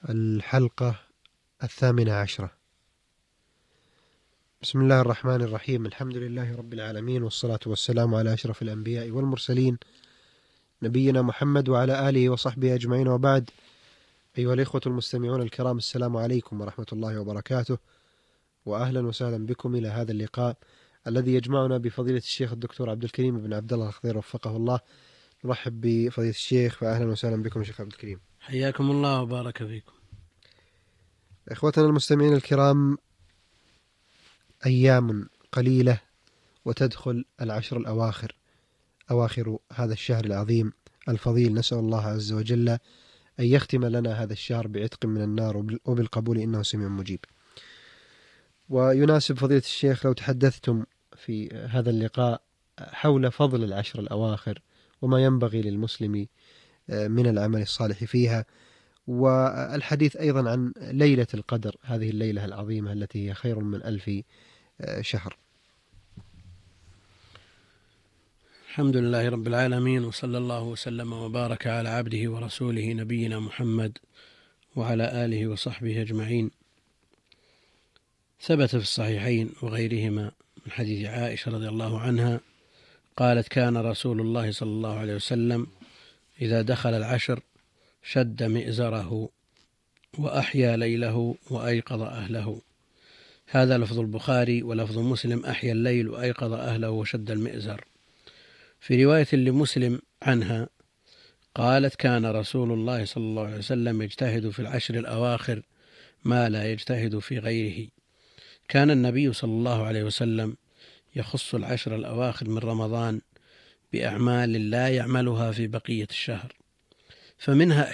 الحلقة 18. بسم الله الرحمن الرحيم. الحمد لله رب العالمين، والصلاة والسلام على أشرف الأنبياء والمرسلين نبينا محمد وعلى آله وصحبه أجمعين، وبعد. أيها الإخوة المستمعون الكرام، السلام عليكم ورحمة الله وبركاته، وأهلا وسهلا بكم إلى هذا اللقاء الذي يجمعنا بفضيلة الشيخ الدكتور عبد الكريم بن عبد الله الخضير وفقه الله. نرحب بفضيلة الشيخ، فأهلا وسهلا بكم شيخ عبد الكريم. حياكم الله وبارك فيكم. إخوتنا المستمعين الكرام، أيام قليلة وتدخل العشر الأواخر، أواخر هذا الشهر العظيم الفضيل. نسأل الله عز وجل أن يختم لنا هذا الشهر بعتق من النار وبالقبول، إنه سميع مجيب. ويناسب فضيلة الشيخ لو تحدثتم في هذا اللقاء حول فضل العشر الأواخر وما ينبغي للمسلم من العمل الصالح فيها، والحديث أيضا عن ليلة القدر، هذه الليلة العظيمة التي هي خير من 1000 شهر. الحمد لله رب العالمين، وصلى الله وسلم وبارك على عبده ورسوله نبينا محمد وعلى آله وصحبه أجمعين. ثبت في الصحيحين وغيرهما من حديث عائشة رضي الله عنها قالت: كان رسول الله صلى الله عليه وسلم إذا دخل العشر شد مئزره وأحيا ليله وأيقظ أهله. هذا لفظ البخاري، ولفظ مسلم: أحيا الليل وأيقظ أهله وشد المئزر. في رواية لمسلم عنها قالت: كان رسول الله صلى الله عليه وسلم يجتهد في العشر الأواخر ما لا يجتهد في غيره. كان النبي صلى الله عليه وسلم يخص العشر الأواخر من رمضان بأعمال لا يعملها في بقية الشهر، فمنها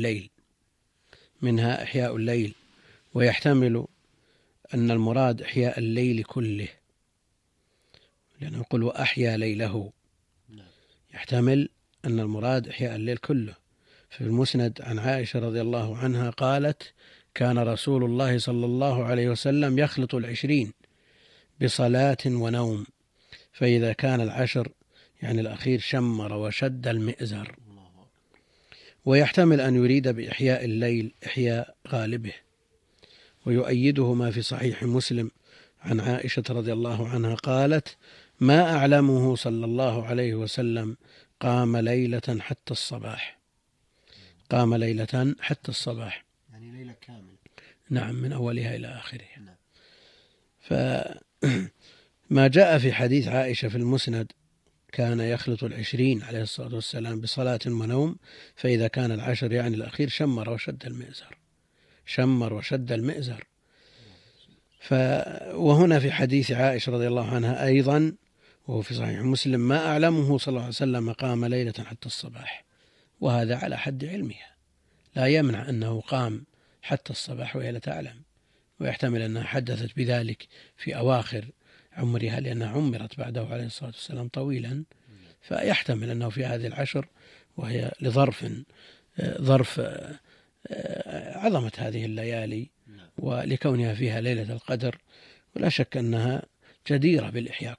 إحياء الليل، ويحتمل أن المراد إحياء الليل كله، لأنه يقول وأحيا ليله، يحتمل أن المراد إحياء الليل كله. في المسند عن عائشة رضي الله عنها قالت: كان رسول الله صلى الله عليه وسلم يخلط 20 بصلاة ونوم، فإذا كان العشر يعني الأخير شمر وشد المئزر. ويحتمل أن يريد بإحياء الليل إحياء غالبه، ويؤيده ما في صحيح مسلم عن عائشة رضي الله عنها قالت: ما أعلمه صلى الله عليه وسلم قام ليلة حتى الصباح. قام ليلة حتى الصباح، يعني ليلة كاملة. نعم، من أولها إلى آخرها. فما جاء في حديث عائشة في المسند: كان يخلط 20 عليه الصلاة والسلام بصلاة ونوم، فإذا كان العشر يعني الأخير شمر وشد المئزر. وهنا في حديث عائشة رضي الله عنها أيضا، وهو في صحيح مسلم: ما أعلمه صلى الله عليه وسلم قام ليلة حتى الصباح. وهذا على حد علمها، لا يمنع أنه قام حتى الصباح وهي لا تعلم، ويحتمل أنها حدثت بذلك في أواخر عمرها، لأنها عمرت بعده عليه الصلاة والسلام طويلا، فيحتمل أنه في هذه العشر، وهي ظرف عظمة هذه الليالي ولكونها فيها ليلة القدر، ولا شك أنها جديرة بالإحياء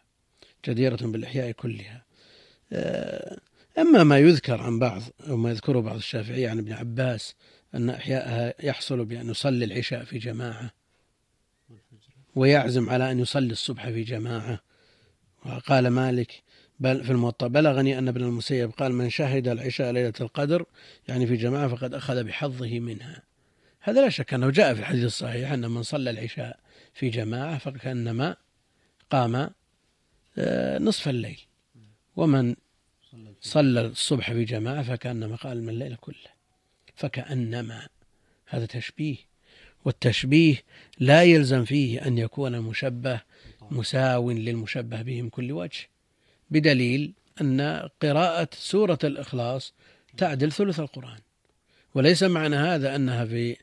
كلها. أما ما يذكر عن بعض، أو ما يذكره بعض الشافعية عن ابن عباس أن إحياءها يحصل بأن يصلي العشاء في جماعة ويعزم على أن يصلي الصبح في جماعة. وقال مالك في الموطأ: بلغني أن ابن المسيب قال: من شهد العشاء ليلة القدر يعني في جماعة فقد أخذ بحظه منها. هذا لا شك أنه جاء في الحديث الصحيح أن من صلى العشاء في جماعة فكأنما قام نصف الليل، ومن صلى الصبح في جماعة فكأنما قال من الليل كله. فكأنما هذا تشبيه، والتشبيه لا يلزم فيه أن يكون المشبه مساو للمشبه به من كل وجه، بدليل أن قراءة سورة الإخلاص تعدل ثلث القرآن، وليس معنى هذا أنها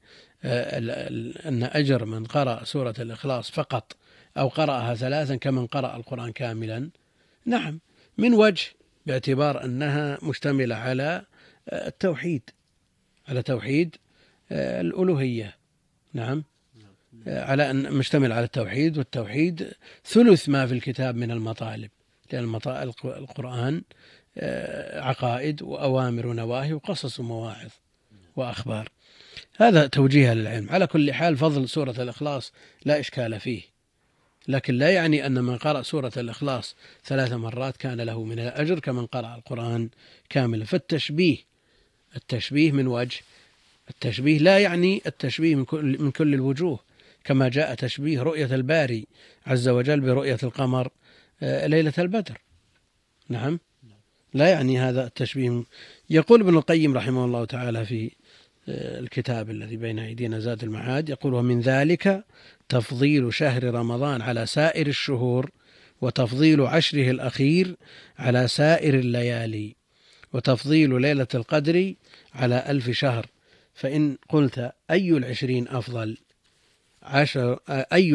أن أجر من قرأ سورة الإخلاص فقط أو قرأها 3 كمن قرأ القرآن كاملا. نعم، من وجه باعتبار أنها مشتملة على التوحيد، على توحيد الألوهية. نعم، على أن مشتمل على التوحيد، والتوحيد ثلث ما في الكتاب من المطالب، لأن القرآن عقائد وأوامر ونواهي وقصص ومواعظ، وأخبار. هذا توجيه للعلم. على كل حال فضل سورة الإخلاص لا إشكال فيه، لكن لا يعني أن من قرأ سورة الإخلاص 3 مرات كان له من الأجر كمن قرأ القرآن كاملا. فالتشبيه من وجه، التشبيه لا يعني التشبيه من كل الوجوه، كما جاء تشبيه رؤية الباري عز وجل برؤية القمر ليلة البدر. نعم، لا يعني هذا التشبيه. يقول ابن القيم رحمه الله تعالى في الكتاب الذي بين أيدينا زاد المعاد، يقول: ومن ذلك تفضيل شهر رمضان على سائر الشهور، وتفضيل عشره الأخير على سائر الليالي، وتفضيل ليلة القدر على 1000 شهر. فإن قلت أي العشرين أفضل، أي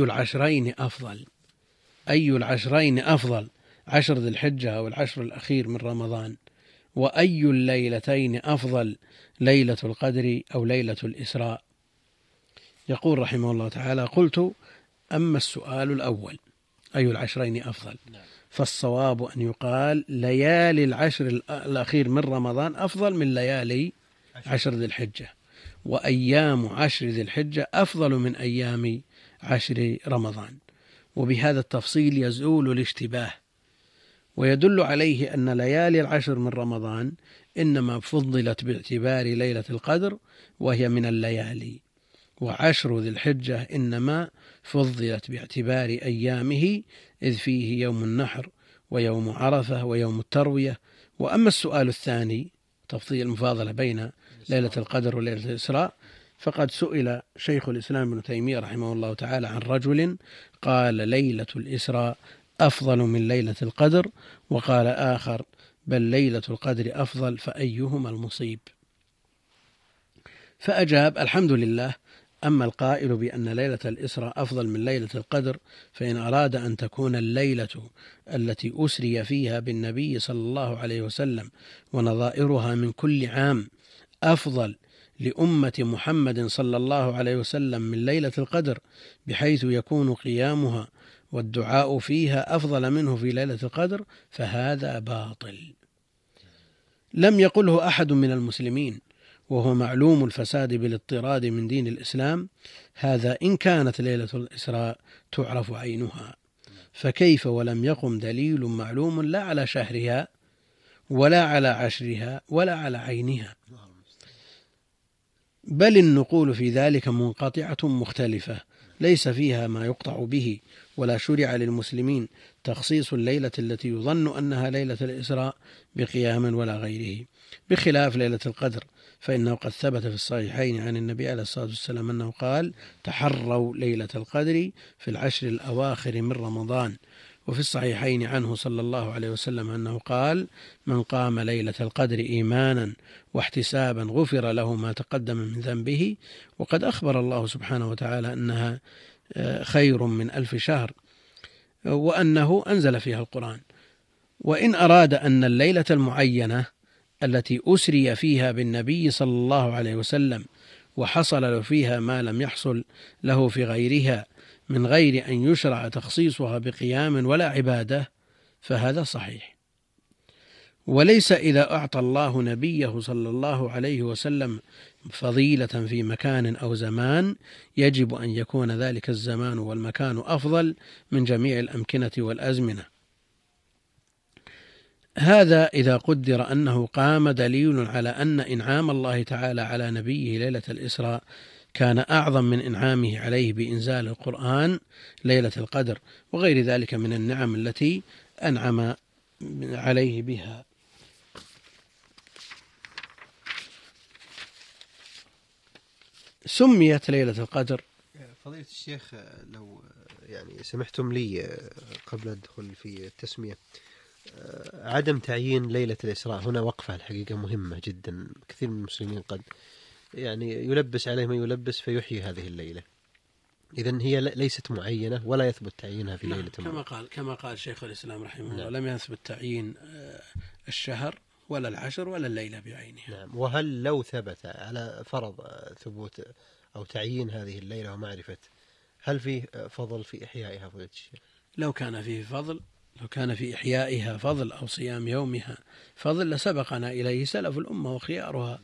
العشرين أفضل، 10 ذي الحجة أو العشر الأخير من رمضان، وأي الليلتين أفضل، ليلة القدر أو ليلة الإسراء؟ يقول رحمه الله تعالى: قلت: أما السؤال الأول أي العشرين أفضل، فالصواب أن يقال ليالي العشر الأخير من رمضان أفضل من ليالي 10 ذي الحجة، وأيام 10 ذي الحجة أفضل من أيام 10 رمضان. وبهذا التفصيل يزول الاشتباه، ويدل عليه أن ليالي 10 من رمضان إنما فضلت باعتبار ليلة القدر وهي من الليالي، و10 ذي الحجة إنما فضلت باعتبار أيامه، إذ فيه يوم النحر ويوم عرفة ويوم التروية. وأما السؤال الثاني، تفضيل المفاضلة بين ليلة القدر وليلة الإسراء، فقد سئل شيخ الإسلام ابن تيمية رحمه الله تعالى عن رجل قال ليلة الإسراء أفضل من ليلة القدر، وقال آخر بل ليلة القدر أفضل، فأيهما المصيب؟ فأجاب: الحمد لله، أما القائل بأن ليلة الإسراء أفضل من ليلة القدر، فإن أراد أن تكون الليلة التي أسري فيها بالنبي صلى الله عليه وسلم ونظائرها من كل عام أفضل لأمة محمد صلى الله عليه وسلم من ليلة القدر، بحيث يكون قيامها والدعاء فيها أفضل منه في ليلة القدر، فهذا باطل لم يقله أحد من المسلمين، وهو معلوم الفساد بالاضطراد من دين الإسلام. هذا إن كانت ليلة الإسراء تعرف عينها، فكيف ولم يقم دليل معلوم لا على شهرها ولا على عشرها ولا على عينها، بل النقول في ذلك منقطعة مختلفة ليس فيها ما يقطع به، ولا شرع للمسلمين تخصيص الليلة التي يظن أنها ليلة الإسراء بقيام ولا غيره، بخلاف ليلة القدر، فإنه قد ثبت في الصحيحين عن النبي عليه الصلاة والسلام أنه قال: تحروا ليلة القدر في العشر الأواخر من رمضان. وفي الصحيحين عنه صلى الله عليه وسلم أنه قال: من قام ليلة القدر إيمانا واحتسابا غفر له ما تقدم من ذنبه. وقد أخبر الله سبحانه وتعالى أنها خير من 1000 شهر، وأنه أنزل فيها القرآن. وإن أراد أن الليلة المعينة التي أسري فيها بالنبي صلى الله عليه وسلم وحصل له فيها ما لم يحصل له في غيرها من غير أن يشرع تخصيصها بقيام ولا عبادة، فهذا صحيح. وليس إذا أعطى الله نبيه صلى الله عليه وسلم فضيلة في مكان أو زمان يجب أن يكون ذلك الزمان والمكان أفضل من جميع الأمكنة والأزمنة. هذا إذا قدر أنه قام دليل على أن إنعام الله تعالى على نبيه ليلة الإسراء كان أعظم من إنعامه عليه بإنزال القرآن ليلة القدر وغير ذلك من النعم التي أنعم عليه بها. سميت ليلة القدر. فضيلة الشيخ، لو يعني سمحتم لي قبل الدخول في التسمية، عدم تعيين ليلة الإسراء هنا وقفة الحقيقة مهمة جدا. كثير من المسلمين قد يعني يلبس عليه ما يلبس فيحيي هذه الليلة، إذن هي ليست معينة ولا يثبت تعيينها في ليلة كما قال شيخ الإسلام رحمه الله، لم يثبت تعيين الشهر ولا العشر ولا الليلة بعينها. نعم. وهل لو ثبت على فرض ثبوت أو تعيين هذه الليلة ومعرفة، هل فيه فضل في إحيائها فضيلة الشيخ؟ لو كان فيه فضل، لو كان في إحيائها فضل أو صيام يومها فضل لسبقنا إليه سلف الأمة وخيارها،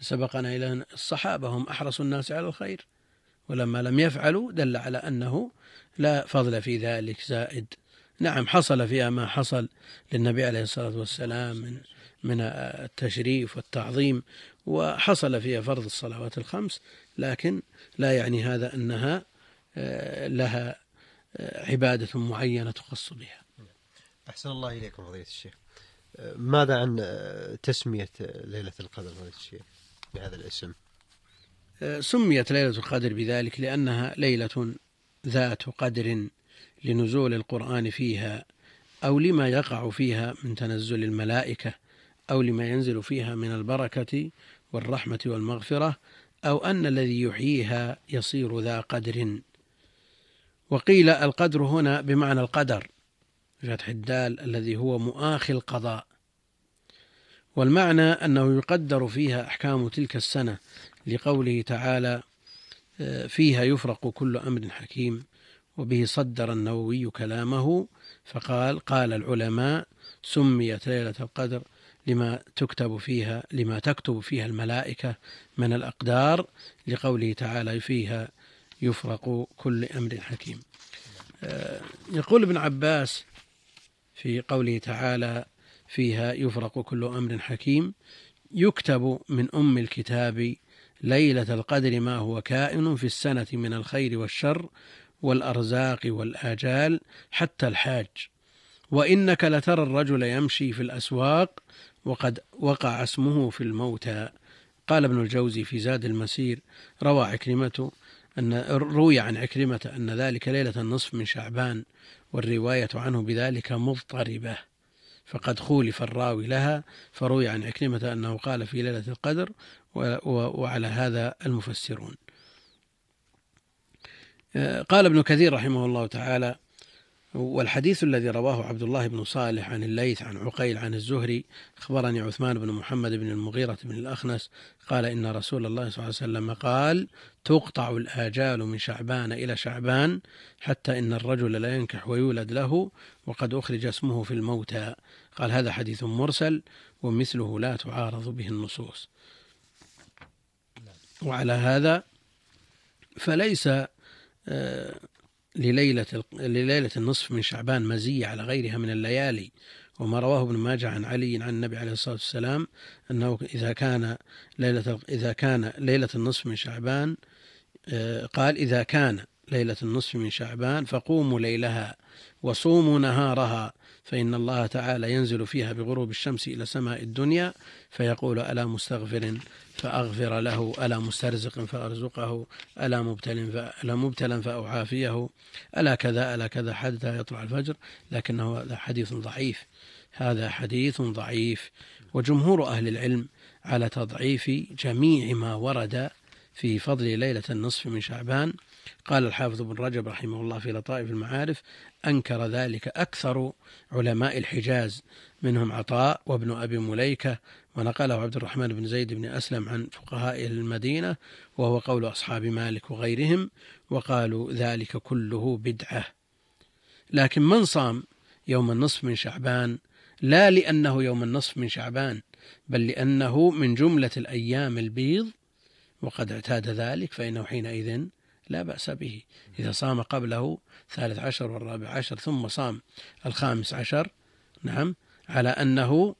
سبقنا إلى أن الصحابة هم أحرص الناس على الخير، ولما لم يفعلوا دل على أنه لا فضل في ذلك زائد. نعم حصل فيها ما حصل للنبي عليه الصلاة والسلام من التشريف والتعظيم، وحصل فيها فرض الصلوات الخمس، لكن لا يعني هذا أنها لها عبادة معينة تخص بها. أحسن الله إليكم فضيلة الشيخ. ماذا عن تسمية ليلة القدر فضيلة الشيخ بهذا الاسم؟ سميت ليلة القدر بذلك لأنها ليلة ذات قدر لنزول القرآن فيها، أو لما يقع فيها من تنزل الملائكة، أو لما ينزل فيها من البركة والرحمة والمغفرة، أو أن الذي يحييها يصير ذا قدر. وقيل القدر هنا بمعنى القدر بفتح الدال الذي هو مؤاخي القضاء، والمعنى أنه يقدر فيها أحكام تلك السنة، لقوله تعالى فيها يفرق كل أمر حكيم. وبه صدر النووي كلامه فقال: قال العلماء سميت ليلة القدر لما تكتب فيها الملائكة من الأقدار، لقوله تعالى فيها يفرق كل أمر حكيم. يقول ابن عباس في قوله تعالى فيها يفرق كل أمر حكيم: يكتب من أم الكتاب ليلة القدر ما هو كائن في السنة من الخير والشر والأرزاق والآجال حتى الحاج، وإنك لترى الرجل يمشي في الأسواق وقد وقع اسمه في الموتى. قال ابن الجوزي في زاد المسير: روي عن عكرمة أن ذلك ليلة النصف من شعبان، والرواية عنه بذلك مضطربة، فقد خولف الراوي لها، فروي عن عكرمة أنه قال في ليلة القدر، وعلى هذا المفسرون. قال ابن كثير رحمه الله تعالى: والحديث الذي رواه عبد الله بن صالح عن الليث عن عقيل عن الزهري أخبرني عثمان بن محمد بن المغيرة بن الأخنس قال إن رسول الله صلى الله عليه وسلم قال: تقطع الآجال من شعبان إلى شعبان حتى إن الرجل لا ينكح ويولد له وقد أخرج اسمه في الموتى. قال: هذا حديث مرسل ومثله لا تعارض به النصوص. وعلى هذا فليس لليلة النصف من شعبان مزية على غيرها من الليالي. وما رواه ابن ماجه عن علي عن النبي عليه الصلاة والسلام أنه إذا كان ليلة النصف من شعبان قال: إذا كان ليلة النصف من شعبان فقوموا ليلها وصوموا نهارها، فإن الله تعالى ينزل فيها بغروب الشمس إلى سماء الدنيا فيقول: ألا مستغفر فأغفر له، ألا مسترزق فأرزقه، ألا مبتلا فأعافيه، ألا كذا ألا كذا حتى يطلع الفجر. لكنه هذا حديث ضعيف، وجمهور أهل العلم على تضعيف جميع ما ورد في فضل ليلة النصف من شعبان. قال الحافظ بن رجب رحمه الله في لطائف المعارف: أنكر ذلك أكثر علماء الحجاز، منهم عطاء وابن أبي مليكة، ونقله عبد الرحمن بن زيد بن أسلم عن فقهاء المدينة، وهو قول أصحاب مالك وغيرهم، وقالوا ذلك كله بدعة. لكن من صام يوم النصف من شعبان لا لأنه يوم النصف من شعبان، بل لأنه من جملة الأيام البيض وقد اعتاد ذلك، فإنه حينئذ لا بأس به. إذا صام قبله 13 و14 ثم صام 15، نعم، على أنه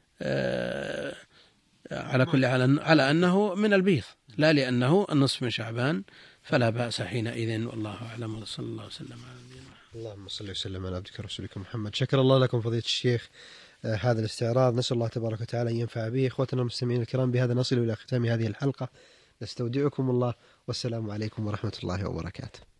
على كل على أنه من البيض لا لأنه النصف من شعبان، فلا بأس حينئذ. والله أعلم، وصلى الله وسلم على نبينا. اللهم صل وسلم على عبدك ورسولك محمد. شكر الله لكم فضيلة الشيخ هذا الاستعراض، نسأل الله تبارك وتعالى أن ينفع به. إخوتنا المستمعين الكرام، بهذا نصل إلى ختام هذه الحلقة، نستودعكم الله، والسلام عليكم ورحمة الله وبركاته.